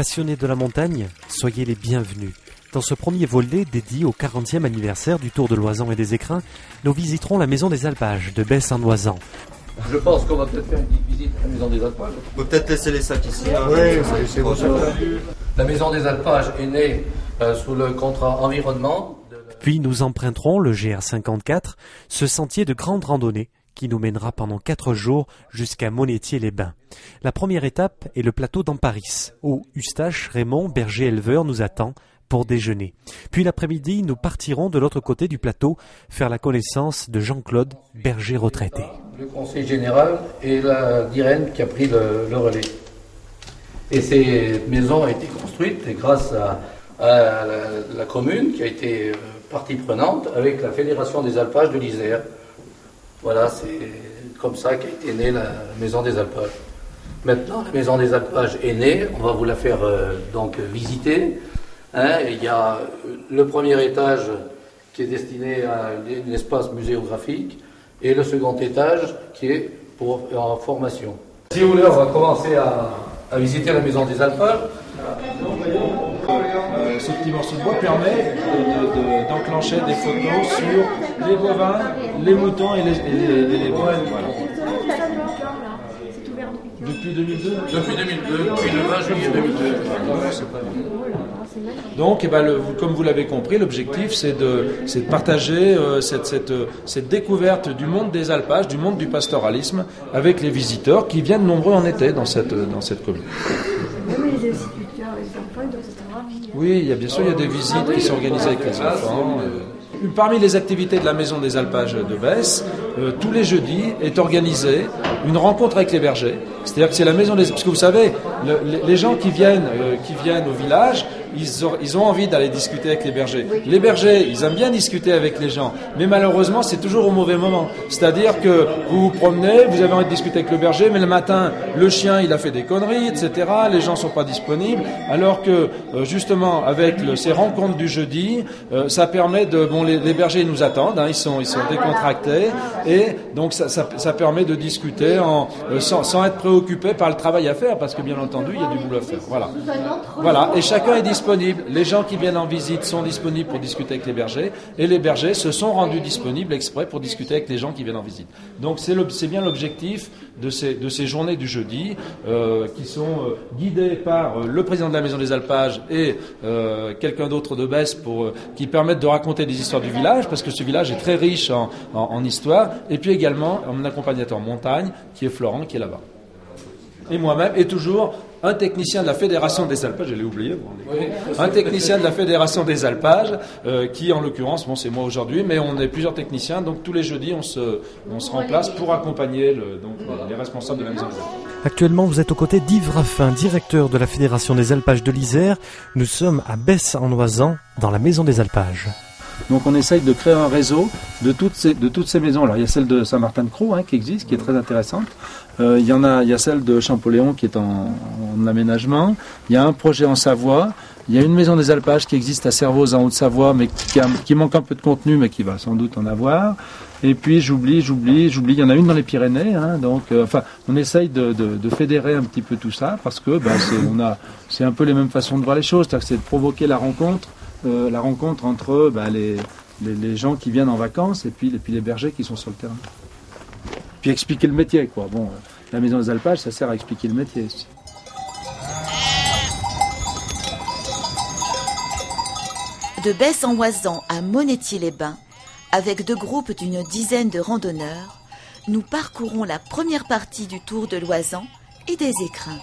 Passionnés de la montagne, soyez les bienvenus. Dans ce premier volet dédié au 40e anniversaire du Tour de l'Oisans et des Écrins, nous visiterons la maison des alpages de Besse-en-Oisans. Je pense qu'on va peut-être faire une petite visite à la maison des alpages. On peut peut-être laisser les sacs ici. Oui, c'est bon. La maison des alpages est née sous le contrat environnement. Puis nous emprunterons le GR54, ce sentier de grande randonnée qui nous mènera pendant 4 jours jusqu'à Monétier-les-Bains. La première étape est le plateau d'Amparis, où Eustache Raymond, berger éleveur, nous attend pour déjeuner. Puis l'après-midi, nous partirons de l'autre côté du plateau faire la connaissance de Jean-Claude, berger retraité. Le conseil général et la DIREN qui a pris le relais. Et ces maisons ont été construites grâce à la commune qui a été partie prenante avec la Fédération des alpages de l'Isère. Voilà, c'est comme ça qu'a été née la maison des alpages. Maintenant, la maison des alpages est née, on va vous la faire donc visiter. Il y a le premier étage qui est destiné à un espace muséographique et le second étage qui est en formation. Si vous voulez, on va commencer à visiter la maison des alpages. Ce petit morceau de bois permet d'enclencher des photos sur les bovins, les moutons et les bovins. Voilà. Depuis 2002 Depuis 2002, depuis le 20 juillet 2002. Donc, comme vous l'avez compris, l'objectif c'est de partager cette découverte du monde des alpages, du monde du pastoralisme, avec les visiteurs qui viennent nombreux en été dans cette commune. Oui, bien sûr, il y a des visites qui sont organisées avec les enfants. Parmi les activités de la maison des alpages de Besse, tous les jeudis est organisée une rencontre avec les bergers. C'est-à-dire que c'est la maison des... Parce que vous savez, les gens qui viennent au village, ils ont envie d'aller discuter avec les bergers. Les bergers, ils aiment bien discuter avec les gens, mais malheureusement, c'est toujours au mauvais moment. C'est-à-dire que vous vous promenez, vous avez envie de discuter avec le berger, mais le matin, le chien, il a fait des conneries, etc. Les gens sont pas disponibles. Alors que, justement, avec ces rencontres du jeudi, ça permet de... Bon, les bergers, ils nous attendent, ils sont décontractés, et donc ça permet de discuter sans être préoccupé par le travail à faire, parce que bien entendu, il y a du boulot à faire. Voilà. Et chacun est disponible. Les gens qui viennent en visite sont disponibles pour discuter avec les bergers, et les bergers se sont rendus disponibles exprès pour discuter avec les gens qui viennent en visite. Donc c'est bien l'objectif de ces journées du jeudi, qui sont guidées par le président de la Maison des Alpages et quelqu'un d'autre de Besse qui permettent de raconter des histoires du village, parce que ce village est très riche en histoire, et puis également mon accompagnateur montagne, qui est Florent, qui est là-bas. Et moi-même, et toujours un technicien de la Fédération des alpages, je l'ai oublié, un technicien de la Fédération des alpages, qui en l'occurrence, c'est moi aujourd'hui, mais on est plusieurs techniciens, donc tous les jeudis on se remplace pour accompagner les responsables de la maison des alpages. Actuellement, vous êtes aux côtés d'Yves Raffin, directeur de la Fédération des alpages de l'Isère. Nous sommes à Besse-en-Oisans, dans la maison des alpages. Donc on essaye de créer un réseau de toutes ces maisons. Alors il y a celle de Saint-Martin-de-Crau qui existe, qui est très intéressante. Il y a celle de Champolléon qui est en aménagement. Il y a un projet en Savoie. Il y a une maison des alpages qui existe à Servoz en Haute-Savoie, mais qui manque un peu de contenu, mais qui va sans doute en avoir. Et puis j'oublie. Il y en a une dans les Pyrénées. On essaye de fédérer un petit peu tout ça, parce que c'est un peu les mêmes façons de voir les choses. C'est-à-dire que c'est de provoquer la rencontre entre les gens qui viennent en vacances et puis les bergers qui sont sur le terrain. Puis expliquer le métier, quoi. Bon, la maison des alpages, ça sert à expliquer le métier aussi. De Besse-en-Oisans à Monétier-les-Bains, avec 2 groupes d'une dizaine de randonneurs, nous parcourons la première partie du Tour de l'Oisans et des Écrins.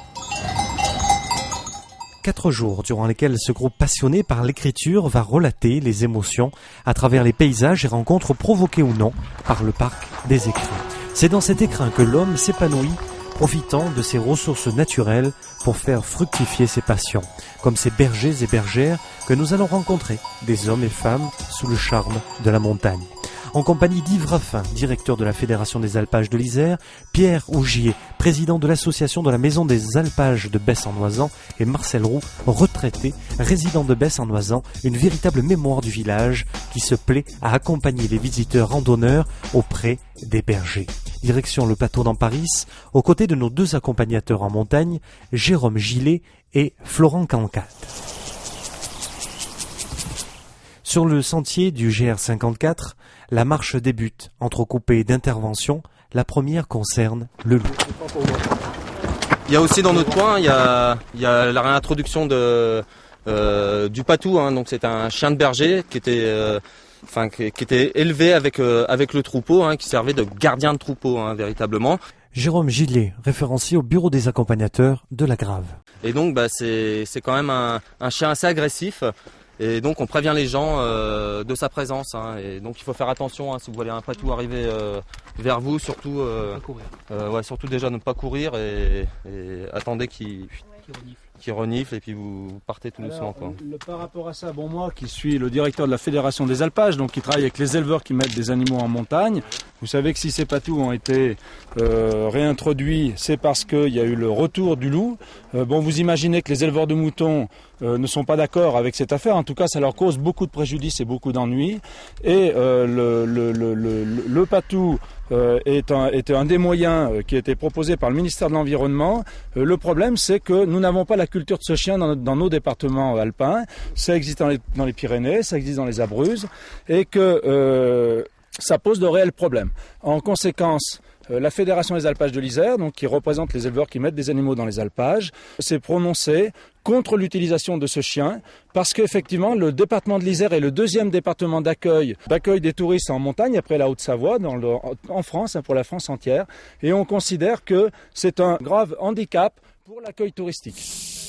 4 jours durant lesquels ce groupe passionné par l'écriture va relater les émotions à travers les paysages et rencontres provoquées ou non par le parc des Écrins. C'est dans cet écrin que l'homme s'épanouit, profitant de ses ressources naturelles pour faire fructifier ses passions, comme ces bergers et bergères que nous allons rencontrer, des hommes et femmes sous le charme de la montagne. En compagnie d'Yves Raffin, directeur de la Fédération des alpages de l'Isère, Pierre Augier, président de l'association de la Maison des alpages de Besse-en-Oisans, et Marcel Roux, retraité, résident de Besse-en-Oisans, une véritable mémoire du village qui se plaît à accompagner les visiteurs randonneurs auprès des bergers. Direction le plateau d'Amparis, aux côtés de nos 2 accompagnateurs en montagne, Jérôme Gillet et Florent Cancat. Sur le sentier du GR54, la marche débute, entrecoupée d'interventions. La première concerne le loup. Il y a aussi dans notre coin, il y a la réintroduction du patou, hein, donc c'est un chien de berger qui était élevé avec le troupeau, hein, qui servait de gardien de troupeau, hein, véritablement. Jérôme Gillet, référencié au bureau des accompagnateurs de la Grave. Et donc c'est quand même un chien assez agressif. Et donc on prévient les gens de sa présence, hein, et donc il faut faire attention, hein, si vous voyez un patou arriver vers vous, surtout surtout déjà ne pas courir et attendez qu'il renifle et puis vous partez tout doucement. Quoi. Par rapport à ça, moi qui suis le directeur de la Fédération des alpages, donc qui travaille avec les éleveurs qui mettent des animaux en montagne, vous savez que si ces patous ont été réintroduits, c'est parce qu'il y a eu le retour du loup. Vous imaginez que les éleveurs de moutons ne sont pas d'accord avec cette affaire. En tout cas, ça leur cause beaucoup de préjudices et beaucoup d'ennuis. Et le patou était un des moyens qui a été proposé par le ministère de l'Environnement. Le problème, c'est que nous n'avons pas la culture de ce chien dans nos départements alpins. Ça existe dans les Pyrénées, ça existe dans les Abruzzes, et que ça pose de réels problèmes. En conséquence, la Fédération des alpages de l'Isère, donc qui représente les éleveurs qui mettent des animaux dans les alpages, s'est prononcée contre l'utilisation de ce chien, parce qu'effectivement, le département de l'Isère est le 2e département d'accueil des touristes en montagne, après la Haute-Savoie, en France, pour la France entière, et on considère que c'est un grave handicap pour l'accueil touristique.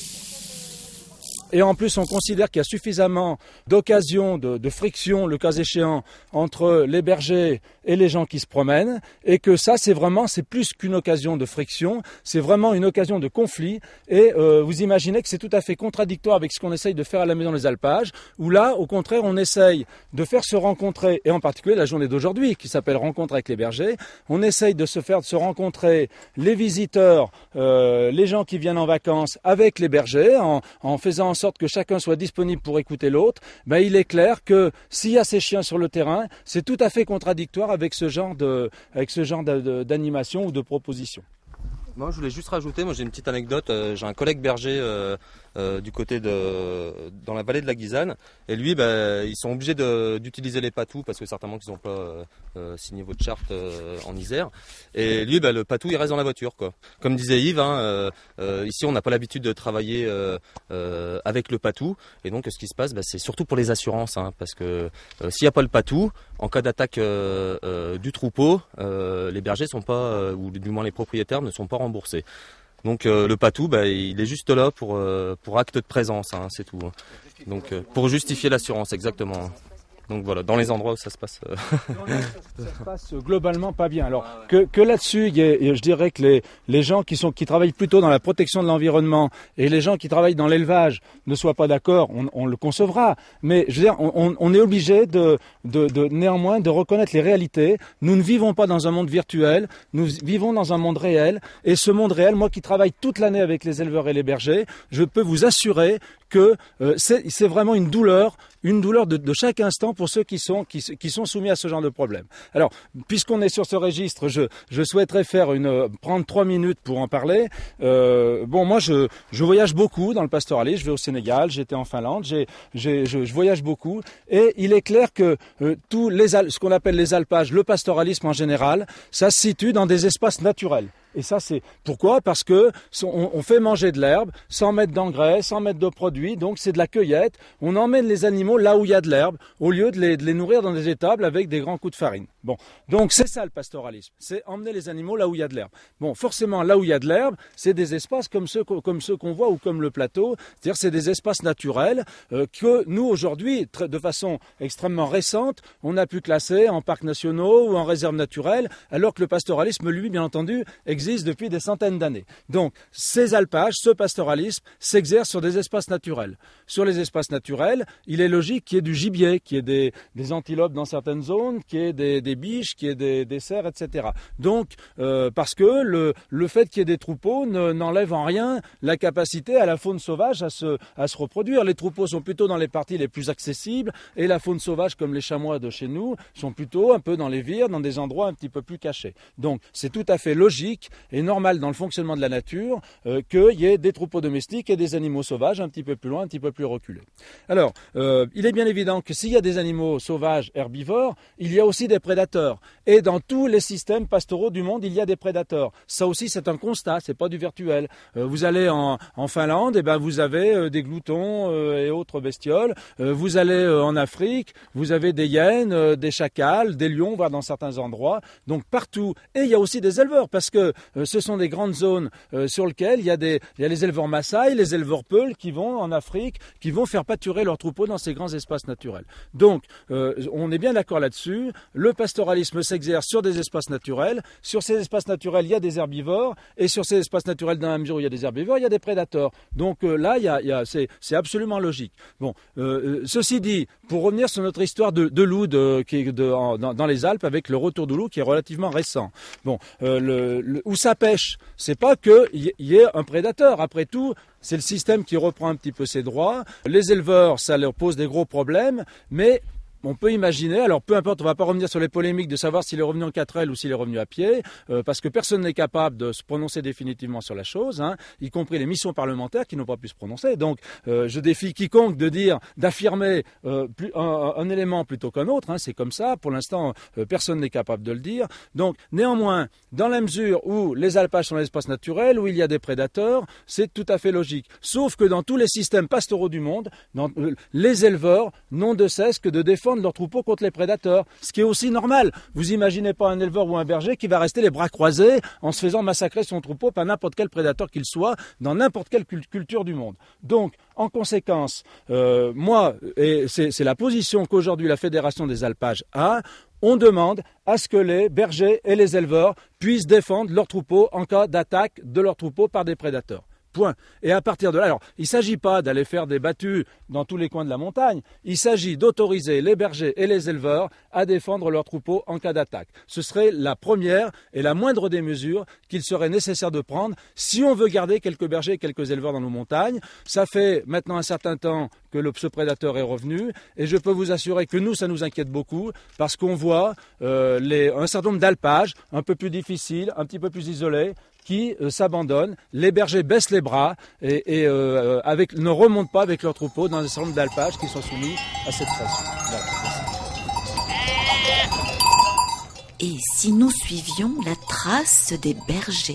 Et en plus, on considère qu'il y a suffisamment d'occasions de friction, le cas échéant, entre les bergers et les gens qui se promènent, et que ça, c'est plus qu'une occasion de friction, c'est vraiment une occasion de conflit. Et vous imaginez que c'est tout à fait contradictoire avec ce qu'on essaye de faire à la Maison des Alpages, où là, au contraire, on essaye de faire se rencontrer, et en particulier la journée d'aujourd'hui, qui s'appelle Rencontre avec les bergers, on essaye de se rencontrer les visiteurs, les gens qui viennent en vacances avec les bergers, en faisant en sorte que chacun soit disponible pour écouter l'autre. Il est clair que s'il y a ces chiens sur le terrain, c'est tout à fait contradictoire avec ce genre d'animation ou de proposition. Moi, je voulais juste rajouter, j'ai une petite anecdote. J'ai un collègue berger du côté dans la vallée de la Guisane, et lui, ils sont obligés d'utiliser les patous parce que certainement qu'ils n'ont pas signé votre charte en Isère. Et lui, le patou, il reste dans la voiture, quoi. Comme disait Yves, ici, on n'a pas l'habitude de travailler avec le patou, et donc ce qui se passe, c'est surtout pour les assurances, parce que s'il n'y a pas le patou, en cas d'attaque du troupeau, les bergers sont pas, ou du moins les propriétaires ne sont pas remboursés. Donc le patou, il est juste là pour acte de présence, c'est tout. Donc pour justifier l'assurance, exactement. Donc voilà, dans les endroits où ça se passe. Ça se passe globalement pas bien. Alors que là-dessus, je dirais que les gens qui travaillent plutôt dans la protection de l'environnement et les gens qui travaillent dans l'élevage ne soient pas d'accord, on le concevra. Mais je veux dire, on est obligé néanmoins de reconnaître les réalités. Nous ne vivons pas dans un monde virtuel, nous vivons dans un monde réel. Et ce monde réel, moi qui travaille toute l'année avec les éleveurs et les bergers, je peux vous assurer que c'est vraiment une douleur de chaque instant pour ceux qui sont soumis à ce genre de problème. Alors, puisqu'on est sur ce registre, je souhaiterais prendre 3 minutes pour en parler. Moi, je voyage beaucoup dans le pastoralisme. Je vais au Sénégal, j'étais en Finlande, je voyage beaucoup. Et il est clair que ce qu'on appelle les alpages, le pastoralisme en général, ça se situe dans des espaces naturels. Et ça, c'est pourquoi ? Parce que on fait manger de l'herbe sans mettre d'engrais, sans mettre de produits, donc c'est de la cueillette. On emmène les animaux là où il y a de l'herbe, au lieu de les nourrir dans des étables avec des grands coups de farine. Bon, donc c'est ça le pastoralisme, c'est emmener les animaux là où il y a de l'herbe. Bon, forcément, là où il y a de l'herbe, c'est des espaces comme ceux qu'on voit ou comme le plateau, c'est-à-dire c'est des espaces naturels que nous aujourd'hui, de façon extrêmement récente, on a pu classer en parcs nationaux ou en réserves naturelles, alors que le pastoralisme, lui, bien entendu, existe depuis des centaines d'années. Donc, ces alpages, ce pastoralisme s'exerce sur des espaces naturels. Sur les espaces naturels, il est logique qu'il y ait du gibier, qu'il y ait des antilopes dans certaines zones, qu'il y ait des des biches, qu'il y ait des cerfs, etc. Donc, parce que le fait qu'il y ait des troupeaux n'enlève en rien la capacité à la faune sauvage à se reproduire. Les troupeaux sont plutôt dans les parties les plus accessibles et la faune sauvage, comme les chamois de chez nous, sont plutôt un peu dans les vires, dans des endroits un petit peu plus cachés. Donc, c'est tout à fait logique et normal dans le fonctionnement de la nature qu'il y ait des troupeaux domestiques et des animaux sauvages un petit peu plus loin, un petit peu plus reculés. Alors, il est bien évident que s'il y a des animaux sauvages herbivores, il y a aussi des prédateurs. Et dans tous les systèmes pastoraux du monde, il y a des prédateurs. Ça aussi, c'est un constat, c'est pas du virtuel. Vous allez en Finlande, et ben vous avez des gloutons et autres bestioles. Vous allez en Afrique, vous avez des hyènes, des chacals, des lions, voire dans certains endroits. Donc partout. Et il y a aussi des éleveurs, parce que ce sont des grandes zones sur lesquelles il y a les éleveurs Maasai, les éleveurs Peuls qui vont en Afrique, qui vont faire pâturer leurs troupeaux dans ces grands espaces naturels. Donc, on est bien d'accord là-dessus. Le pastoralisme s'exerce sur des espaces naturels. Sur ces espaces naturels, il y a des herbivores. Et sur ces espaces naturels, dans la mesure où il y a des herbivores, il y a des prédateurs. Donc là, c'est absolument logique. Bon, ceci dit, pour revenir sur notre histoire de loup dans les Alpes, avec le retour du loup qui est relativement récent. Bon, où ça pêche, c'est pas qu'il y ait un prédateur. Après tout, c'est le système qui reprend un petit peu ses droits. Les éleveurs, ça leur pose des gros problèmes, mais on peut imaginer, alors peu importe, on ne va pas revenir sur les polémiques de savoir s'il est revenu en 4L ou s'il est revenu à pied, parce que personne n'est capable de se prononcer définitivement sur la chose, y compris les missions parlementaires qui n'ont pas pu se prononcer. Donc je défie quiconque d'affirmer un élément plutôt qu'un autre, c'est comme ça, pour l'instant personne n'est capable de le dire. Donc néanmoins, dans la mesure où les alpages sont l'espace naturel, où il y a des prédateurs, c'est tout à fait logique. Sauf que dans tous les systèmes pastoraux du monde, les éleveurs n'ont de cesse que de défendre leurs troupeaux contre les prédateurs, ce qui est aussi normal. Vous imaginez pas un éleveur ou un berger qui va rester les bras croisés en se faisant massacrer son troupeau par n'importe quel prédateur qu'il soit, dans n'importe quelle culture du monde. Donc, en conséquence, et c'est la position qu'aujourd'hui la Fédération des alpages a, on demande à ce que les bergers et les éleveurs puissent défendre leurs troupeaux en cas d'attaque de leurs troupeaux par des prédateurs. Point. Et à partir de là, alors, il ne s'agit pas d'aller faire des battues dans tous les coins de la montagne, il s'agit d'autoriser les bergers et les éleveurs à défendre leurs troupeaux en cas d'attaque. Ce serait la première et la moindre des mesures qu'il serait nécessaire de prendre si on veut garder quelques bergers et quelques éleveurs dans nos montagnes. Ça fait maintenant un certain temps que ce prédateur est revenu, et je peux vous assurer que nous, ça nous inquiète beaucoup, parce qu'on voit un certain nombre d'alpages un peu plus difficiles, un petit peu plus isolés, qui s'abandonnent, les bergers baissent les bras et ne remontent pas avec leurs troupeaux dans un certain nombre d'alpages qui sont soumis à cette pression. Voilà. Et si nous suivions la trace des bergers?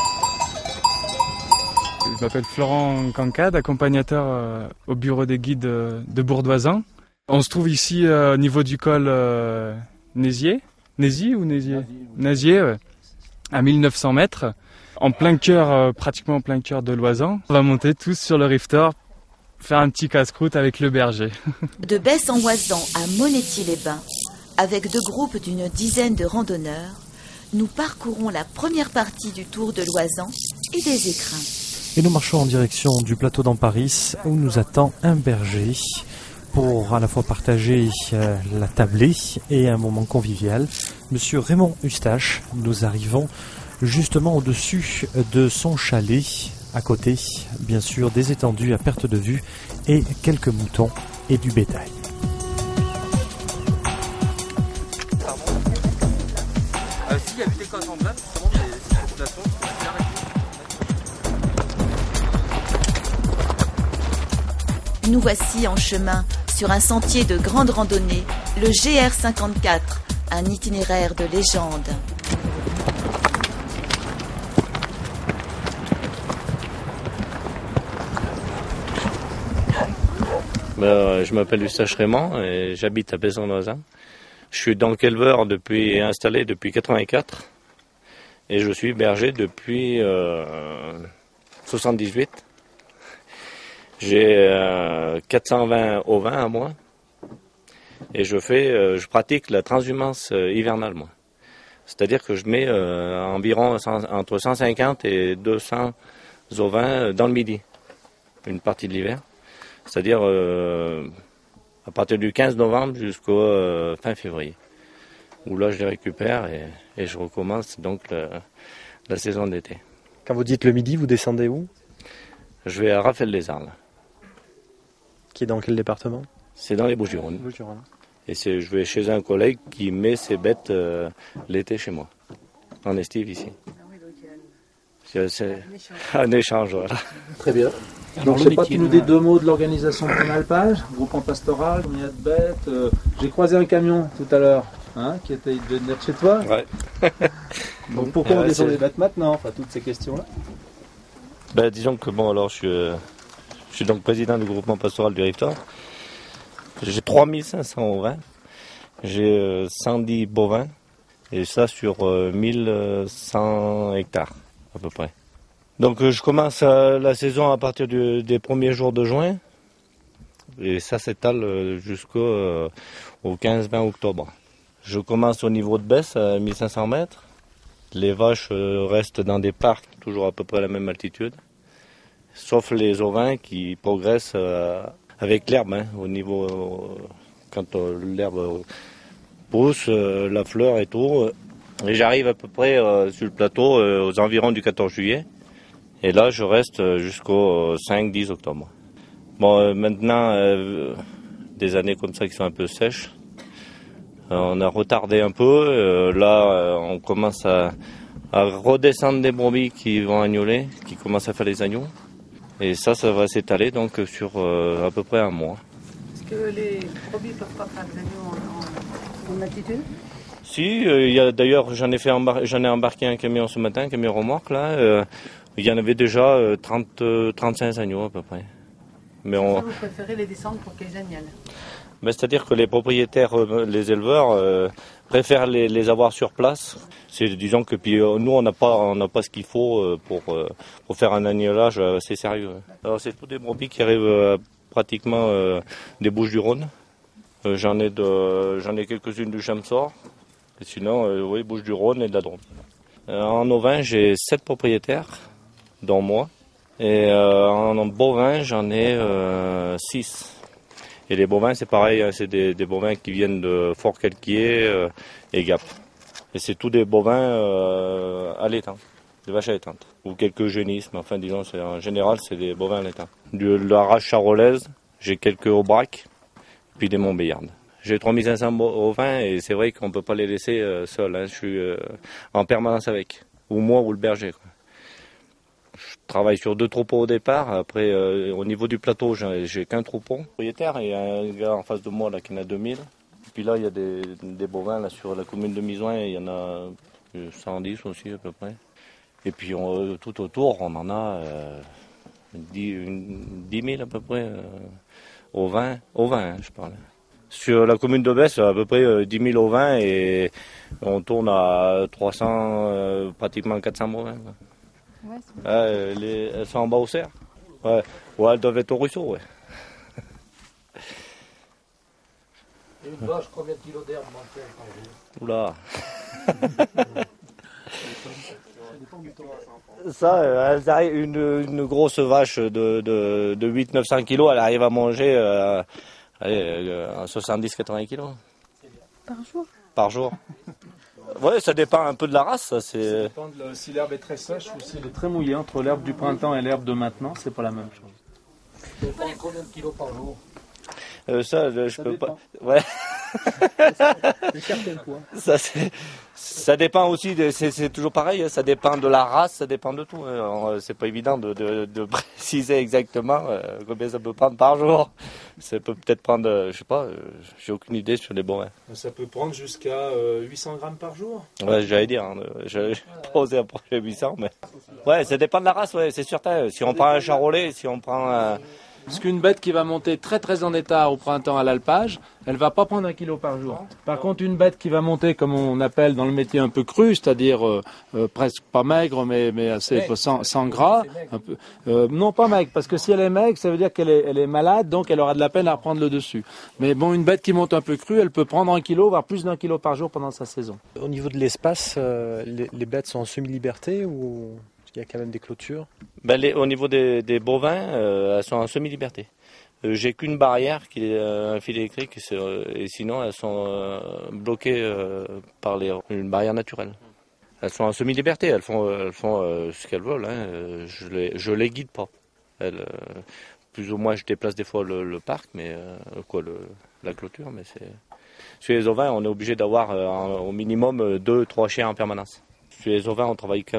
Je m'appelle Florent Cancade, accompagnateur au bureau des guides de Bourdoisin. On se trouve ici au niveau du col Nézier, ouais, à 1900 mètres. En plein cœur, pratiquement en plein cœur de Loisan. On va monter tous sur le rifter, faire un petit casse-croûte avec le berger. De Besse-en-Oisan à Monétier-les-Bains, avec deux groupes d'une dizaine de randonneurs, nous parcourons la première partie du tour de Loisan et des écrins. Et nous marchons en direction du plateau d'Amparis, où nous attend un berger pour à la fois partager la tablée et un moment convivial. Monsieur Raymond Eustache, nous arrivons justement au-dessus de son chalet, à côté, bien sûr, des étendues à perte de vue et quelques moutons et du bétail. S'il y a eu des cas semblables, justement, des populations qui sont bien réduites. Nous voici en chemin sur un sentier de grande randonnée, le GR54, un itinéraire de légende. Je m'appelle Eustache Raymond et j'habite à Besse-en-Oisan. Je suis donc éleveur installé depuis 84 et je suis berger depuis 78. J'ai 420 ovins à moi et je pratique la transhumance hivernale, moi. C'est-à-dire que je mets environ entre 150 et 200 ovins dans le midi, une partie de l'hiver. C'est-à-dire à partir du 15 novembre jusqu'au fin février. où là je les récupère et je recommence donc la saison d'été. Quand vous dites le midi, vous descendez où? Je vais à Raphaël-les-Arles. Qui est dans quel département? C'est dans les Bouches-du-Rhône. Et je vais chez un collègue qui met ses bêtes l'été chez moi, en estive ici. C'est un échange, voilà. Très bien. Alors, je ne sais pas, tu nous dis 2 mots de l'organisation de ton alpage, groupement pastoral, combien de bêtes j'ai croisé un camion tout à l'heure, qui était de venir de chez toi. Ouais. Donc pourquoi on descend les bêtes maintenant? Enfin, toutes ces questions-là. Ben, disons que bon, alors je suis donc président du groupement pastoral du Rivetor. J'ai 3500 ovins, j'ai 110 bovins, et ça sur 1100 hectares à peu près. Donc je commence la saison à partir des premiers jours de juin, et ça s'étale jusqu'au 15-20 octobre. Je commence au niveau de baisse à 1500 mètres. Les vaches restent dans des parcs, toujours à peu près à la même altitude, sauf les ovins qui progressent avec l'herbe. Au niveau, quand l'herbe pousse, la fleur et tout. Et j'arrive à peu près sur le plateau aux environs du 14 juillet. Et là, je reste jusqu'au 5-10 octobre. Bon, maintenant, des années comme ça qui sont un peu sèches, on a retardé un peu. Là, on commence à redescendre des brebis qui vont agnoler, qui commencent à faire les agneaux. Et ça va s'étaler donc sur à peu près un mois. Est-ce que les brebis ne peuvent pas faire les agneaux en altitude? Si, d'ailleurs, j'en ai embarqué un camion ce matin, un camion remorque là. Il y en avait déjà 35 agneaux à peu près. Mais vous préférez les descendre pour qu'ils agnolent? C'est-à-dire que les propriétaires, les éleveurs, préfèrent les avoir sur place. Disons que puis, nous, on n'a pas ce qu'il faut pour faire un agnolage assez sérieux. Alors, c'est tous des brebis qui arrivent pratiquement des Bouches-du-Rhône. J'en ai quelques-unes du Chamsor. Et sinon, oui, Bouches-du-Rhône et de la Drôme. En ovin, j'ai 7 propriétaires, dont moi. Et en bovin, j'en ai 6. Et les bovins, c'est pareil, c'est des bovins qui viennent de Fort-Calquier et Gap. Et c'est tous des bovins allaitants, des vaches allaitantes. Ou quelques génisses, mais enfin, disons, en général, c'est des bovins allaitants. De la race charolaise, j'ai quelques aubracs, puis des Montbéliardes. J'ai 3500 ovins et c'est vrai qu'on ne peut pas les laisser seuls. Je suis en permanence avec, ou moi ou le berger. Je travaille sur 2 troupeaux au départ. Après, au niveau du plateau, j'ai qu'un troupeau propriétaire et un gars en face de moi là, qui en a 2000. Et puis là, il y a des bovins là, sur la commune de Misoin. Il y en a 110 aussi à peu près. Et puis tout autour, on en a 10 000 à peu près ovins, je parle. Sur la commune de Besse, à peu près 10 000 ovins et on tourne à 300, pratiquement 400 bovins. Ouais, elles sont en bas au cerf. Ouais, elles doivent être au ruisseau. Ouais. Et une vache, combien de kilos d'herbe manque-t-elle par jour? Oula. Ça, elles arrivent, une grosse vache de 800-900 kilos, elle arrive à manger 70-80 kilos. Par jour? Par jour. Oui, ça dépend un peu de la race. Ça dépend si l'herbe est très sèche ou si elle est très mouillée. Entre l'herbe du printemps et l'herbe de maintenant, c'est pas la même chose. Ça dépend combien de kilos par jour? Ça peux pas. Ouais. Ça dépend aussi, c'est toujours pareil, ça dépend de la race, ça dépend de tout. C'est pas évident de préciser exactement combien ça peut prendre par jour. Ça peut peut-être prendre, je sais pas, j'ai aucune idée sur les bovins. Ça peut prendre jusqu'à 800 grammes par jour? Ouais, j'allais dire, j'allais pas oser approcher 800, mais... Ouais, ça dépend de la race, ouais, c'est certain. Si on prend un charolais, si on prend... Parce qu'une bête qui va monter très très en état au printemps à l'alpage, elle va pas prendre 1 kilo par jour. Par contre, une bête qui va monter, comme on appelle dans le métier un peu cru, c'est-à-dire presque pas maigre, mais assez sans gras, un peu, non pas maigre, parce que si elle est maigre, ça veut dire qu'elle est malade, donc elle aura de la peine à reprendre le dessus. Mais bon, une bête qui monte un peu crue, elle peut prendre 1 kilo, voire plus d'1 kilo par jour pendant sa saison. Au niveau de l'espace, les bêtes sont en semi-liberté ou il y a quand même des clôtures? Au niveau des bovins, elles sont en semi-liberté. J'ai qu'une barrière qui est un fil électrique et sinon elles sont bloquées par une barrière naturelle. Elles sont en semi-liberté, elles font ce qu'elles veulent. Hein. Je les guide pas. Plus ou moins, je déplace des fois le parc, mais la clôture. Mais sur les ovins, on est obligé d'avoir au minimum 2-3 chiens en permanence. Sur les ovins,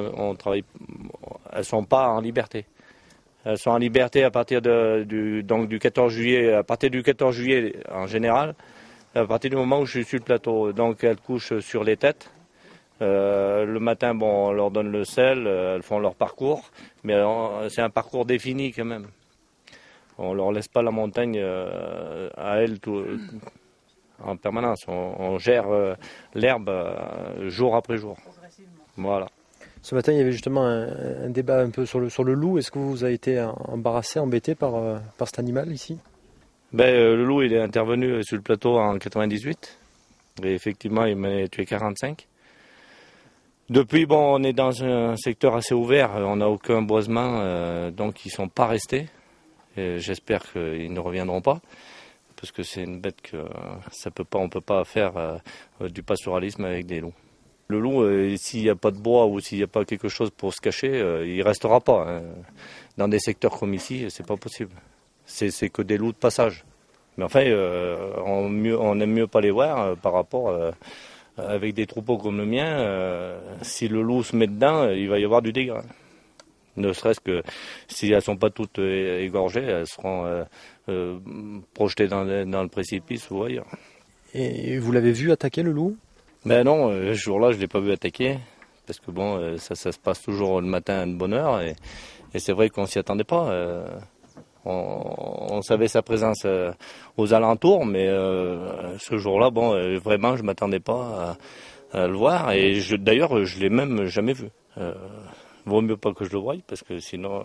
elles sont pas en liberté. Elles sont en liberté à partir du 14 juillet. À partir du 14 juillet en général, à partir du moment où je suis sur le plateau. Donc elles couchent sur les têtes. Le matin, on leur donne le sel, elles font leur parcours, mais c'est un parcours défini quand même. On leur laisse pas la montagne à elles en permanence. On gère l'herbe jour après jour. Voilà. Ce matin, il y avait justement un débat un peu sur le loup. Est-ce que vous avez été embarrassé, embêté par cet animal ici ? Le loup, il est intervenu sur le plateau en 98. Et effectivement, il m'a tué 45. Depuis, on est dans un secteur assez ouvert. On n'a aucun boisement, donc ils ne sont pas restés. Et j'espère qu'ils ne reviendront pas. Parce que c'est une bête que on ne peut pas faire du pastoralisme avec des loups. Le loup, s'il n'y a pas de bois ou s'il n'y a pas quelque chose pour se cacher, il ne restera pas. Hein. Dans des secteurs comme ici, c'est pas possible. C'est que des loups de passage. Mais enfin, on aime mieux pas les voir par rapport avec des troupeaux comme le mien. Si le loup se met dedans, il va y avoir du dégât. Ne serait-ce que si elles ne sont pas toutes égorgées, elles seront projetées dans le précipice ou ailleurs. Et vous l'avez vu attaquer le loup ? Ben non, ce jour-là, je ne l'ai pas vu attaquer, parce que ça se passe toujours le matin de bonne heure, et c'est vrai qu'on ne s'y attendait pas. On savait sa présence aux alentours, mais ce jour-là, vraiment, je ne m'attendais pas à le voir, et d'ailleurs, je ne l'ai même jamais vu. Vaut mieux pas que je le voie, parce que sinon,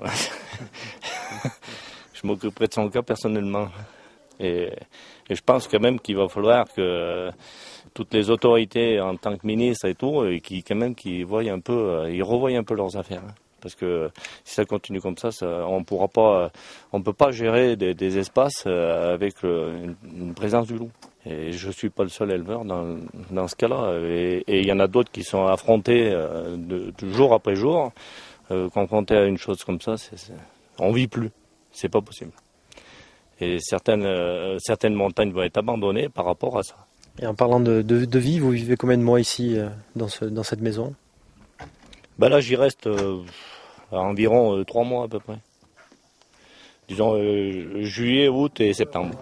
je m'occuperai de son cas personnellement. Et je pense quand même qu'il va falloir que toutes les autorités en tant que ministres et tout, qui voient un peu, ils revoient un peu leurs affaires. Hein. Parce que si ça continue comme ça, on peut pas gérer des espaces avec une présence du loup. Et je suis pas le seul éleveur dans ce cas-là. Et il y en a d'autres qui sont affrontés de jour après jour, confrontés à une chose comme ça, on vit plus. C'est pas possible. Et certaines montagnes vont être abandonnées par rapport à ça. Et en parlant de vie, vous vivez combien de mois ici, dans cette maison ? Là, j'y reste à environ 3 mois à peu près. Disons juillet, août et septembre.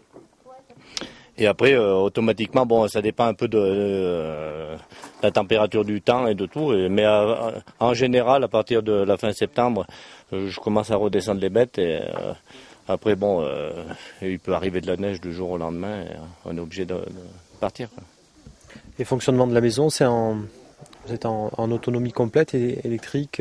Et après, automatiquement, ça dépend un peu de la température du temps et de tout. Mais en général, à partir de la fin septembre, je commence à redescendre les bêtes et... Après, il peut arriver de la neige du jour au lendemain, et on est obligé de partir. Quoi. Et fonctionnement de la maison, vous êtes en autonomie complète et électrique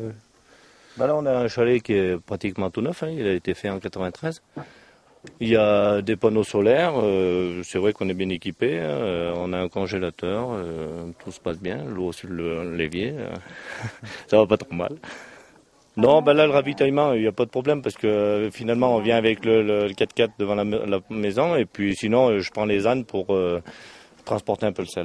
Là, on a un chalet qui est pratiquement tout neuf, hein, il a été fait en 93. Il y a des panneaux solaires, c'est vrai qu'on est bien équipé, on a un congélateur, tout se passe bien, l'eau sur l'évier, ça va pas trop mal. Non, là, le ravitaillement, il n'y a pas de problème parce que finalement, on vient avec le 4x4 devant la maison et puis sinon, je prends les ânes pour transporter un peu le sel.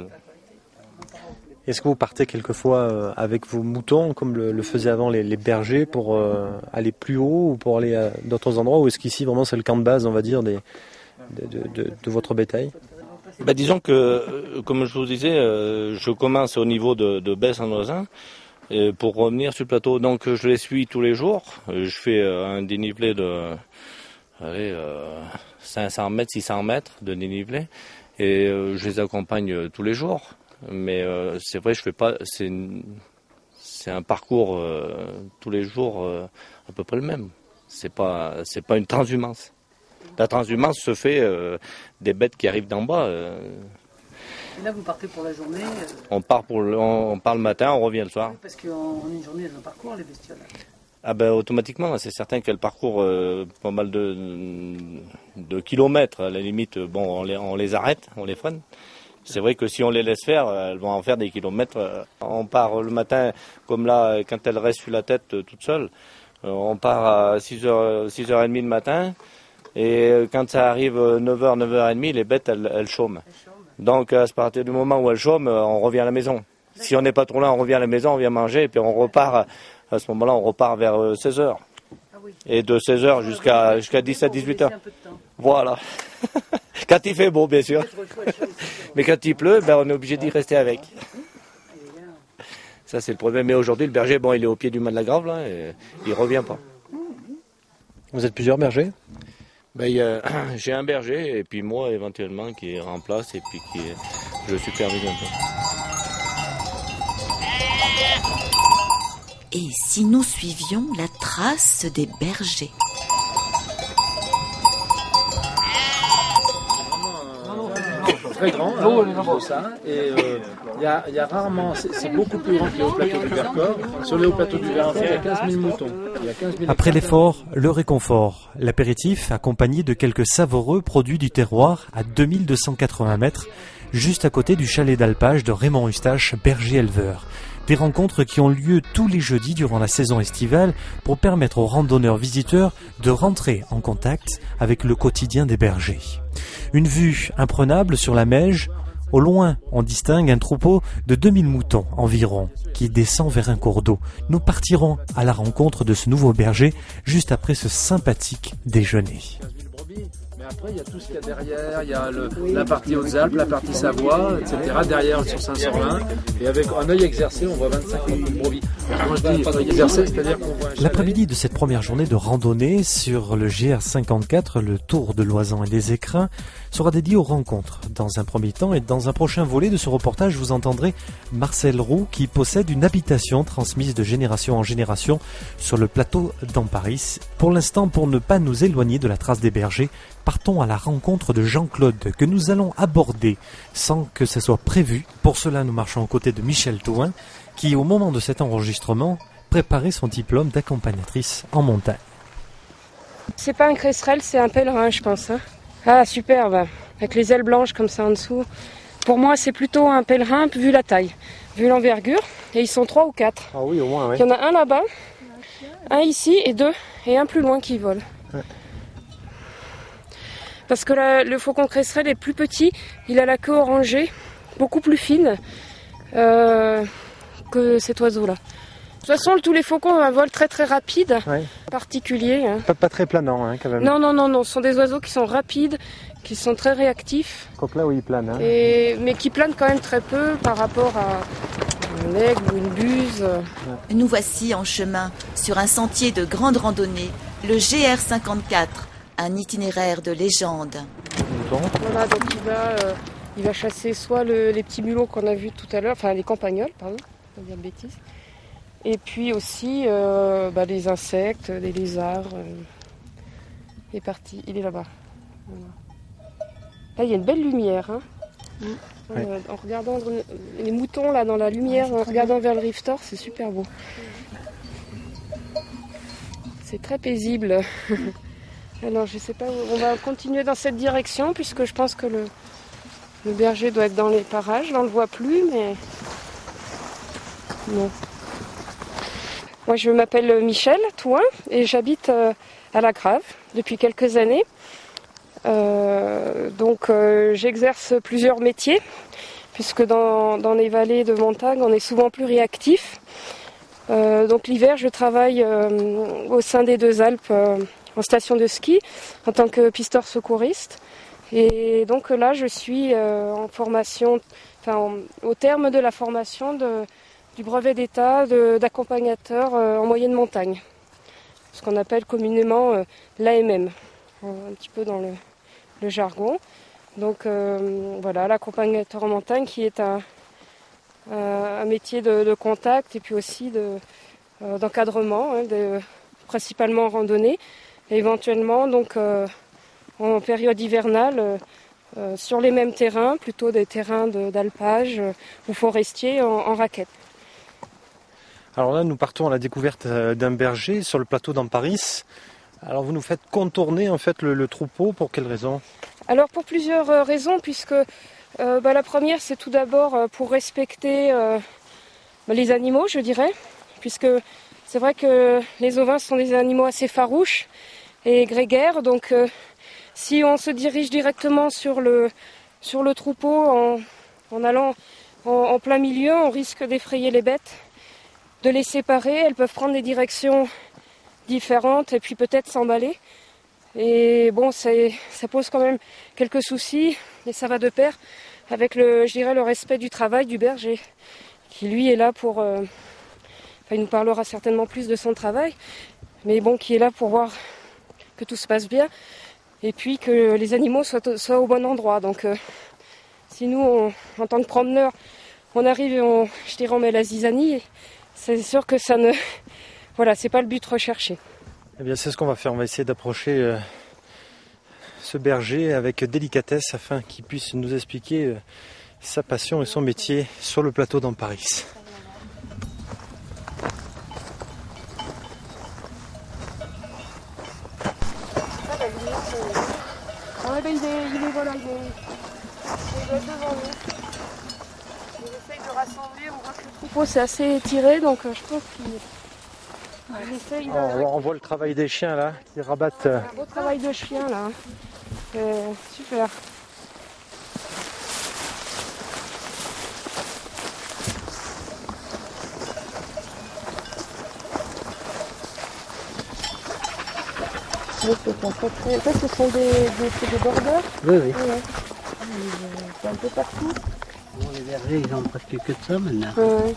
Est-ce que vous partez quelquefois avec vos moutons, comme le faisaient avant les bergers, pour aller plus haut ou pour aller à d'autres endroits, ou est-ce qu'ici, vraiment, c'est le camp de base, on va dire, de votre bétail ? Disons que, comme je vous disais, je commence au niveau de Besse-en-Oisin. Pour revenir sur le plateau, donc je les suis tous les jours. Je fais un dénivelé de 500 mètres, 600 mètres de dénivelé, et je les accompagne tous les jours. Mais c'est vrai, je fais pas. C'est un parcours tous les jours à peu près le même. C'est pas une transhumance. La transhumance se fait des bêtes qui arrivent d'en bas. Et là, vous partez pour la journée On part le matin, on revient le soir. Oui, parce qu'en une journée, elles ont parcours, les bestioles. Automatiquement, c'est certain qu'elles parcourent pas mal de kilomètres. À la limite, on les arrête, on les freine. C'est vrai que si on les laisse faire, elles vont en faire des kilomètres. On part le matin, comme là, quand elles restent sur la tête toute seule. On part à 6h30 le matin. Et quand ça arrive 9h, 9h30, les bêtes, elles chôment. Donc à partir du moment où elles chôment, on revient à la maison. Si on n'est pas trop loin, on revient à la maison, on vient manger, et puis on repart. À ce moment-là, on repart vers 16h. Et de 16h jusqu'à 17-18h. Voilà. Quand il fait beau, bien sûr. Mais quand il pleut, on est obligé d'y rester avec. Ça, c'est le problème. Mais aujourd'hui, le berger, il est au pied du mât de la Grave, là, et il ne revient pas. Vous êtes plusieurs bergers ? J'ai un berger, et puis moi, éventuellement, qui remplace, et puis je supervise un peu. Et si nous suivions la trace des bergers? Très grand, ça, et il y a rarement, c'est beaucoup plus grand que les hauts plateaux du Vercors. Sur les hauts plateaux du Vercors, il y a 15 000 moutons. Après l'effort, le réconfort, l'apéritif accompagné de quelques savoureux produits du terroir à 2280 mètres, juste à côté du chalet d'alpage de Raymond Eustache, berger-éleveur. Des rencontres qui ont lieu tous les jeudis durant la saison estivale pour permettre aux randonneurs visiteurs de rentrer en contact avec le quotidien des bergers. Une vue imprenable sur la Meije. Au loin, on distingue un troupeau de 2000 moutons environ qui descend vers un cours d'eau. Nous partirons à la rencontre de ce nouveau berger juste après ce sympathique déjeuner. Après, il y a tout ce qu'il y a derrière, il y a la partie Hautes-Alpes, la partie Savoie, etc. Derrière, sur Saint-Sorlin. Et avec un œil exercé, on voit 25 moutons de brebis. Moi, je dis œil exercé, c'est-à-dire qu'on voit un chalet. L'après-midi de cette première journée de randonnée sur le GR54, le Tour de Loisan et des Écrins, sera dédié aux rencontres. Dans un premier temps et dans un prochain volet de ce reportage, vous entendrez Marcel Roux qui possède une habitation transmise de génération en génération sur le plateau d'Amparis. Pour l'instant, pour ne pas nous éloigner de la trace des bergers, partons à la rencontre de Jean-Claude que nous allons aborder sans que ce soit prévu. Pour cela, nous marchons aux côtés de Michel Thouin qui, au moment de cet enregistrement, préparait son diplôme d'accompagnatrice en montagne. C'est pas un cresserelle, c'est un pèlerin, je pense. Ah, superbe, avec les ailes blanches comme ça en dessous. Pour moi, c'est plutôt un pèlerin vu la taille, vu l'envergure. Et ils sont 3 ou 4. Ah oui, au moins, oui. Il y en a un là-bas, un ici et 2, et un plus loin qui vole. Ouais. Parce que le faucon cresserelle est plus petit, il a la queue orangée, beaucoup plus fine que cet oiseau-là. De toute façon, tous les faucons ont un vol très très rapide, particulier. Hein. Pas très planant, quand même. Non, ce sont des oiseaux qui sont rapides, qui sont très réactifs. Donc là où ils planent. Hein. Mais qui planent quand même très peu par rapport à un aigle ou une buse. Nous voici en chemin sur un sentier de grande randonnée, le GR54, un itinéraire de légende. Voilà, donc il va chasser soit les petits mulots qu'on a vus tout à l'heure, enfin les campagnols, pardon, pas dire de bêtises. Et puis aussi les insectes, les lézards. Il est parti, il est là-bas. Voilà. Là, il y a une belle lumière. Hein. En regardant les moutons là dans la lumière, en regardant vers le Riftor, c'est super beau. C'est très paisible. Alors, je sais pas, on va continuer dans cette direction puisque je pense que le berger doit être dans les parages. Là, on ne le voit plus, mais non. Moi, je m'appelle Michel Thouin et j'habite à La Grave depuis quelques années. J'exerce plusieurs métiers, puisque dans les vallées de montagne, on est souvent plus réactif. Donc l'hiver, je travaille au sein des Deux-Alpes en station de ski en tant que pisteur secouriste. Et donc là, je suis en formation, au terme de la formation du brevet d'état d'accompagnateur en moyenne montagne, ce qu'on appelle communément l'AMM, un petit peu dans le jargon. Donc l'accompagnateur en montagne qui est un métier de contact et puis aussi d'encadrement, principalement en randonnée, et éventuellement donc en période hivernale sur les mêmes terrains, plutôt des terrains d'alpage ou forestiers en raquette. Alors là, nous partons à la découverte d'un berger sur le plateau d'Amparis. Alors vous nous faites contourner en fait le troupeau, pour quelle raison ? Alors pour plusieurs raisons, puisque la première c'est tout d'abord pour respecter les animaux, je dirais, puisque c'est vrai que les ovins sont des animaux assez farouches et grégaires, donc Si on se dirige directement sur le troupeau en allant en plein milieu, on risque d'effrayer les bêtes, de les séparer. Elles peuvent prendre des directions différentes et puis peut-être s'emballer. Et bon, ça pose quand même quelques soucis et ça va de pair avec je dirais, le respect du travail du berger, qui lui est là pour... il nous parlera certainement plus de son travail, mais bon, qui est là pour voir que tout se passe bien et puis que les animaux soient au bon endroit. Donc si nous, en tant que promeneurs, on arrive et on met la zizanie, c'est sûr que ça ne... Voilà, c'est pas le but recherché. Eh bien, c'est ce qu'on va faire. On va essayer d'approcher ce berger avec délicatesse afin qu'il puisse nous expliquer sa passion et son métier sur le plateau d'Amparis. Il est devant nous. Il essaye de rassembler, on voit que le troupeau c'est assez étiré, donc je pense qu'il essaye de... On voit le travail des chiens là, qui rabattent. Un beau travail de chien là. Super. Ça, ce sont des bordeurs. Oui, oui. C'est un peu partout. Bon, les bergers, ils ont presque que de ça maintenant. Ouais.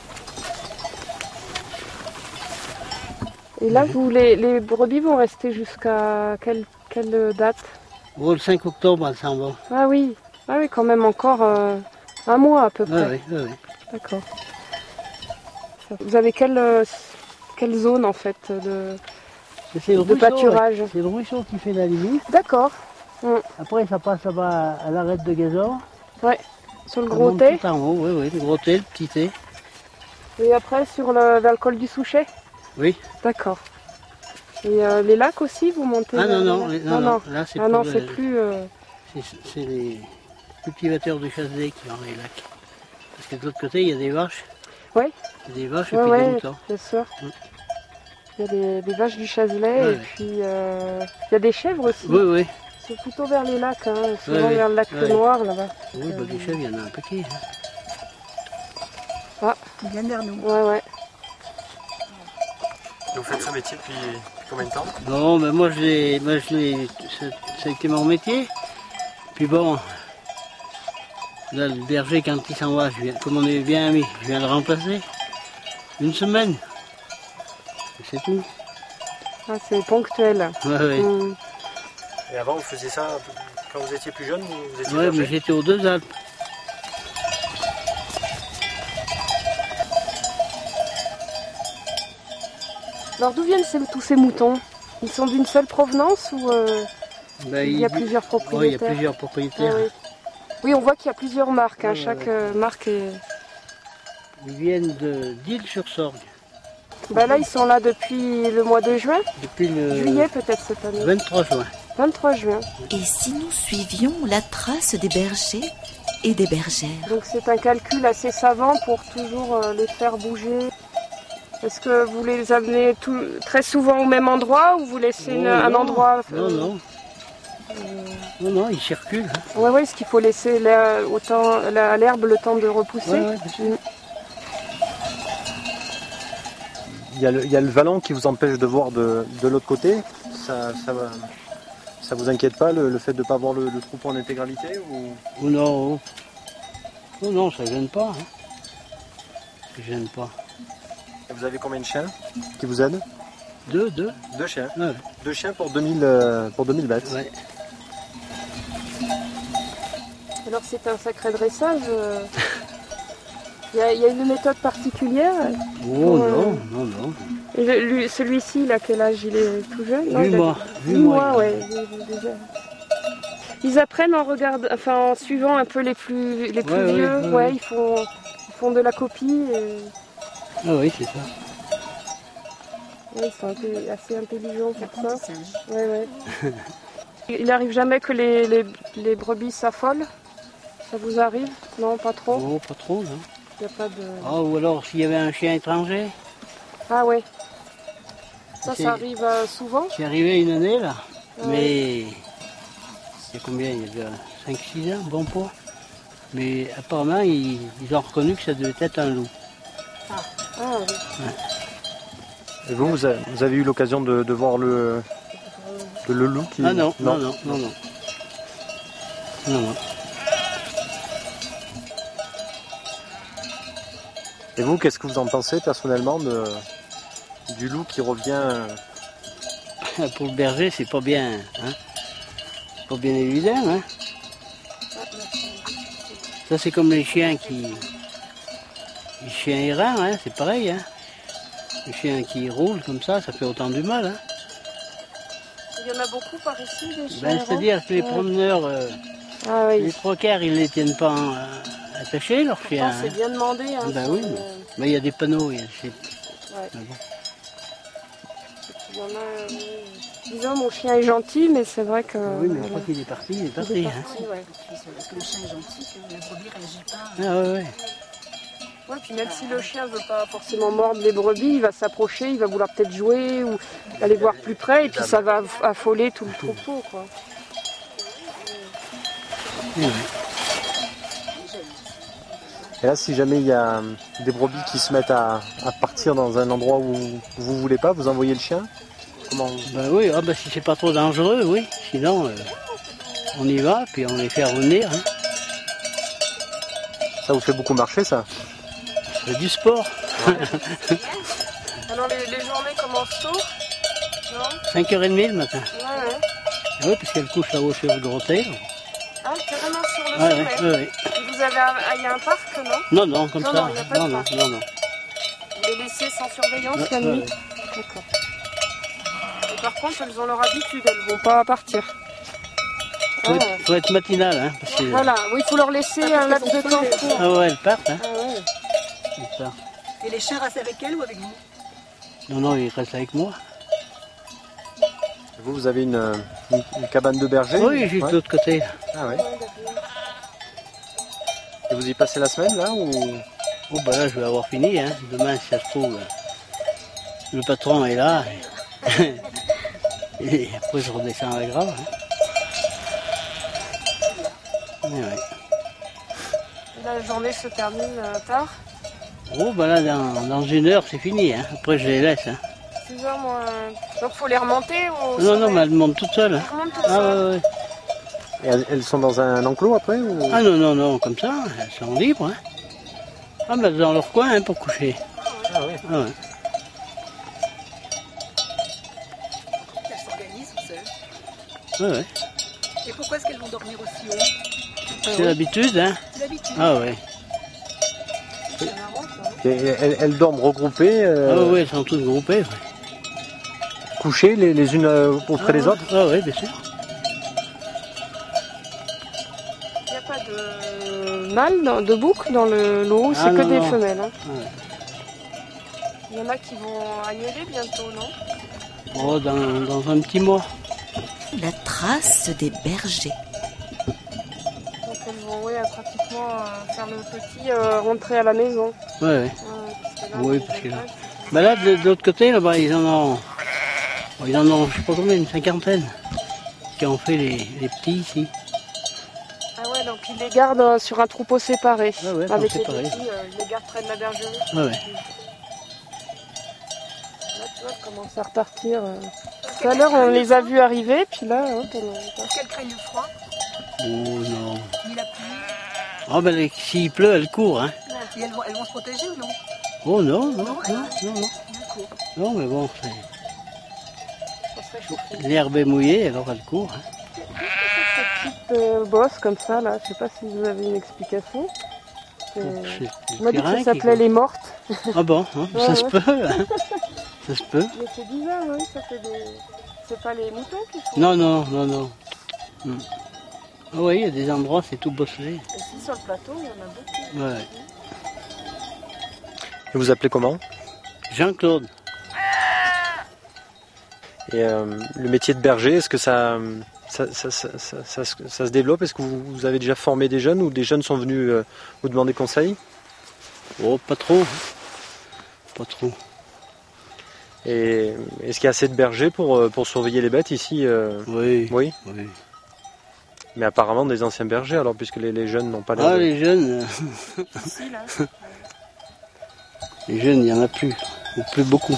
Et là, les brebis vont rester jusqu'à quelle date? Bon, le 5 octobre, elles s'en vont. Ah oui, quand même encore un mois à peu près. Oui. D'accord. Vous avez quelle zone en fait de pâturage? C'est le ruisseau qui fait la limite. D'accord. Après, ça passe là-bas à l'arête de gazon. Oui, sur le gros thé. Tout en haut, oui, le gros thé, le petit thé. Et après, vers le col du Souchet? Oui. D'accord. Et les lacs aussi, vous montez? Ah non. Là, c'est plus... C'est les cultivateurs de Chasselet qui ont les lacs. Parce que de l'autre côté, il y a des vaches. Oui. Il y a des vaches et puis des moutons. Bien sûr. Il y a des vaches du Chasselet et puis il y a des chèvres aussi. Oui. C'est plutôt vers les lacs, souvent vers le lac Noir là-bas. Oui, des chèvres, il y en a un paquet. Ah, ils viennent vers nous. Ouais. Vous faites ce métier depuis combien de temps? Non, mais moi, ça a été mon métier. Puis bon, là, le berger, quand il s'en va, comme on est bien amis, je viens le remplacer. Une semaine. C'est tout. Ah, c'est ponctuel. Oui. Et avant, vous faisiez ça quand vous étiez plus jeune? Oui, mais j'étais aux Deux Alpes. Alors d'où viennent tous ces moutons? Ils sont d'une seule provenance ou il y a plusieurs propriétaires? Oui, il y a plusieurs propriétaires. Oui, on voit qu'il y a plusieurs marques. Chaque marque est... Ils viennent d'Isle-sur-Sorgue. Là, ils sont là depuis le mois de juin. Depuis le... Juillet peut-être cette année. 23 juin. 23 juin. Et si nous suivions la trace des bergers et des bergères? Donc c'est un calcul assez savant pour toujours les faire bouger. Est-ce que vous les amenez très souvent au même endroit ou vous laissez un endroit Non, ils circulent. Oui, est-ce qu'il faut laisser à l'herbe le temps de repousser? Oui. Il y a le vallon qui vous empêche de voir de l'autre côté. Ça vous inquiète pas le fait de ne pas voir le troupeau en intégralité ou... Non, ça gêne pas. Ça gêne pas. Et vous avez combien de chiens qui vous aident? Deux chiens. Ouais. 2 chiens pour 2000 bêtes. Ouais. Alors c'est un sacré dressage. Il y a une méthode particulière? Non. Et celui-ci, il a quel âge? Il est tout jeune? 8 mois. Ouais. Ils apprennent en suivant un peu les plus vieux. Ouais. Ils font de la copie. Ah oui, c'est ça. Ils sont assez intelligents pour ça. Ouais. Il n'arrive jamais que les brebis s'affolent? Ça vous arrive? Non, pas trop? Non, pas trop, non. Il n'y a pas de... Ah, ou alors s'il y avait un chien étranger? Ah ouais. Ça arrive souvent? C'est arrivé une année là, mais Il y a combien? Il y a déjà 5-6 ans, bon poids. Mais apparemment, ils ont reconnu que ça devait être un loup. Ah oui. Ouais. Et vous avez eu l'occasion de voir le loup qui... Ah non. Non. Et vous, qu'est-ce que vous en pensez personnellement du loup qui revient Pour le berger, c'est pas bien. Hein? Pas bien évident. Hein? Ça, c'est comme les chiens Les chiens errants, hein, c'est pareil. Hein? Les chiens qui roulent comme ça fait autant du mal. Hein? Il y en a beaucoup par ici, des chiens c'est-à-dire que les promeneurs, les trois quarts, ils ne les tiennent pas attachés, leurs chiens. C'est bien demandé. Hein, oui, mais il y a des panneaux. Il y en a... disons, mon chien est gentil, mais c'est vrai que... Oui, mais une fois qu'il est parti, il est parti. Hein. Parce que le chien est gentil, que la brebis ne réagit pas. Ouais, puis même si le chien ne veut pas forcément mordre les brebis, il va s'approcher, il va vouloir peut-être jouer ou aller voir plus près, et puis ça va affoler tout le troupeau, quoi. Et là, si jamais il y a des brebis qui se mettent à partir dans un endroit où vous ne voulez pas, vous envoyez le chien? Comment? Oui, si c'est pas trop dangereux, oui. Sinon, on y va, puis on les fait revenir. Hein. Ça vous fait beaucoup marcher, ça? C'est du sport. Alors les journées commencent tôt, non? 5h30 le matin. Oui, parce qu'elle couche là-haut sur le Grotel. Ah, carrément sur le sommet. Oui. Il y a un parc, non? Non, comme ça. Non, il n'y a pas de parc. Non. Vous les laissez sans surveillance la nuit? D'accord. Et par contre, elles ont leur habitude, elles ne vont pas partir. Faut être matinal, hein. Parce que... Voilà, oui, il faut leur laisser un laps de temps. Elles partent, hein. Et les chiens restent avec elles ou avec vous? Non, ils restent avec moi. Vous avez une cabane de berger? Oui, juste de l'autre côté. Ah ouais. Et vous y passez la semaine, là, ou... Là, je vais avoir fini, hein. Demain, si ça se trouve, le patron est là. Et après, je redescends à la grave. Hein. La journée se termine tard? Là, dans 1 heure, c'est fini. Hein. Après, je les laisse. Hein. 6 heures moins... Donc, il faut les remonter ou... Non, mais elles montent toutes seules. Hein. Elles remontent toutes seules. Ouais. Et elles sont dans un enclos après ou... Ah non, comme ça, elles sont libres. Hein. Elles sont dans leur coin hein, pour coucher. Ah ouais. Elles s'organisent seules. Ouais. Et pourquoi est-ce qu'elles vont dormir aussi haut? C'est l'habitude, hein. C'est l'habitude. Ah ouais. C'est marrant, ça. Et elles dorment regroupées Oui, elles sont toutes groupées. Ouais. Couchées les unes auprès des autres? Ah oui, bien sûr. Il n'y a pas de mâle, de bouc dans l'eau, c'est que des femelles. Hein. Ouais. Il y en a qui vont agneler bientôt, non? Dans un petit mois. La trace des bergers. Donc elles vont pratiquement faire le petit rentrer à la maison. Ouais. Parce que là, de l'autre côté, là-bas, ils en ont, je sais pas combien, une 50aine qui ont fait les petits ici. Ah ouais, donc ils les gardent sur un troupeau séparé. Avec les petits, ils les gardent près de la bergerie. Ouais. Là, tu vois, commence à repartir. Tout à l'heure, on les a vus arriver, puis là, Est-ce qu'elles craignent le froid? Oh non. Ni la pluie? S'il pleut, elles courent, hein. Et elles vont se protéger ou non? Oh non. Non, mais bon, l'herbe est mouillée, alors elle court. Hein. Cette petite bosse comme ça, là, je sais pas si vous avez une explication. On m'a dit que ça s'appelait les mortes. Ah bon, hein, ça se peut. Hein. Ça se peut. Mais c'est bizarre, oui, ça fait des... C'est pas les moutons qui font? Non. Ah oui, il y a des endroits, c'est tout bosselé. Ici, sur le plateau, il y en a beaucoup. Ouais. Et vous appelez comment? Jean-Claude. Et le métier de berger, est-ce que ça se développe? Est-ce que vous avez déjà formé des jeunes ou des jeunes sont venus vous demander conseil? Oh, pas trop. Pas trop. Et est-ce qu'il y a assez de bergers pour surveiller les bêtes ici? Oui. Mais apparemment des anciens bergers alors, puisque les jeunes n'ont pas l'air. Ah, les jeunes. Les jeunes, il n'y en a plus. Ou plus beaucoup.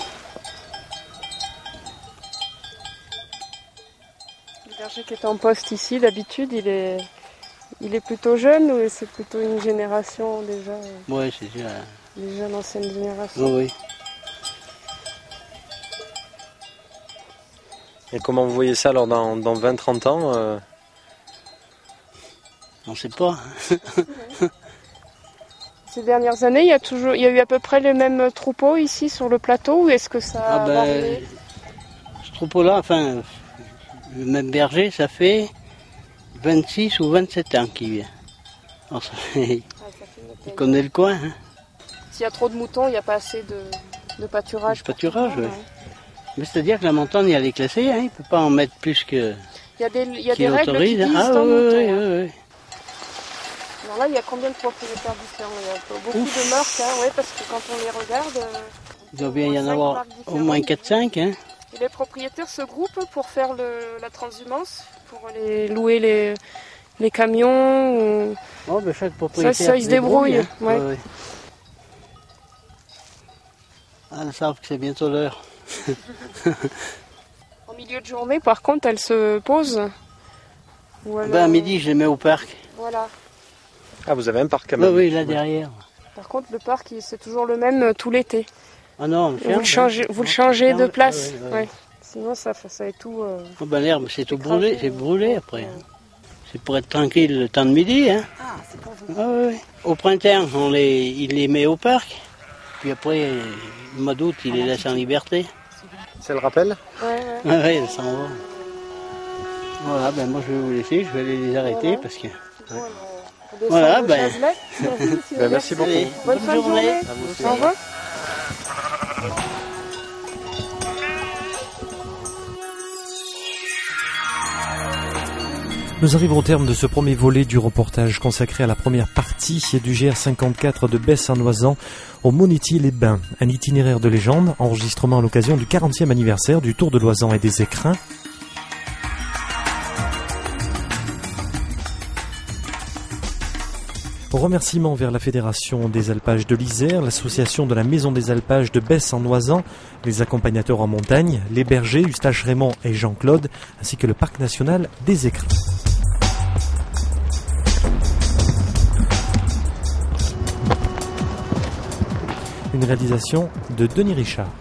Le berger qui est en poste ici, d'habitude, il est plutôt jeune ou c'est plutôt une génération déjà? Oui, c'est déjà. Déjà l'ancienne génération. Oh, oui. Et comment vous voyez ça alors dans 20-30 ans On ne sait pas. Ces dernières années, il y a eu à peu près les mêmes troupeaux ici sur le plateau ou est-ce que ça a varié? Ce troupeau-là, enfin, le même berger, ça fait 26 ou 27 ans qu'il vient. Alors, il connaît le coin. Hein. S'il y a trop de moutons, il n'y a pas assez de pâturage. Du pâturage, oui. Mais c'est-à-dire que la montagne, elle est classée, hein, il ne peut pas en mettre plus que. Il y a des règles qui disent en mouton. Oui. Alors là, il y a combien de propriétaires différents? Il y a beaucoup de marques, hein, ouais, parce que quand on les regarde... Il doit bien y en avoir au moins 4-5. Hein. Et les propriétaires se groupent pour faire la transhumance, pour louer les camions. Ou... Oh, ben chaque propriétaire ça ils se débrouillent. Hein. Ouais. Ouais. Ah, ils savent que c'est bientôt l'heure. En milieu de journée, par contre, elles se posent. À midi, je les mets au parc. Voilà. Ah, vous avez un parc quand même? Oui, là derrière. Par contre, le parc, c'est toujours le même tout l'été. Ah non, vous le changez de place. Ouais. Sinon, ça est tout. L'herbe, c'est tout brûlé, c'est brûlé après. C'est pour être tranquille le temps de midi. Hein. Ah, c'est pour vous. Oui. Au printemps, il les met au parc. Puis après, le mois d'août, il les laisse en liberté. C'est le rappel? Oui, elles s'en vont. Voilà, ben moi je vais vous laisser, je vais aller les arrêter parce que. Voilà, ben. Merci beaucoup. Bonne journée. Au revoir. Nous arrivons au terme de ce premier volet du reportage consacré à la première partie du GR54 de Besse-en-Loisan au Monétier-les-Bains. Un itinéraire de légende, enregistrement à l'occasion du 40e anniversaire du Tour de Loisan et des Écrins. Remerciements vers la Fédération des Alpages de l'Isère, l'Association de la Maison des Alpages de Besse-en-Loisan, les accompagnateurs en montagne, les bergers Eustache Raymond et Jean-Claude, ainsi que le Parc national des Écrins. Une réalisation de Denis Richard.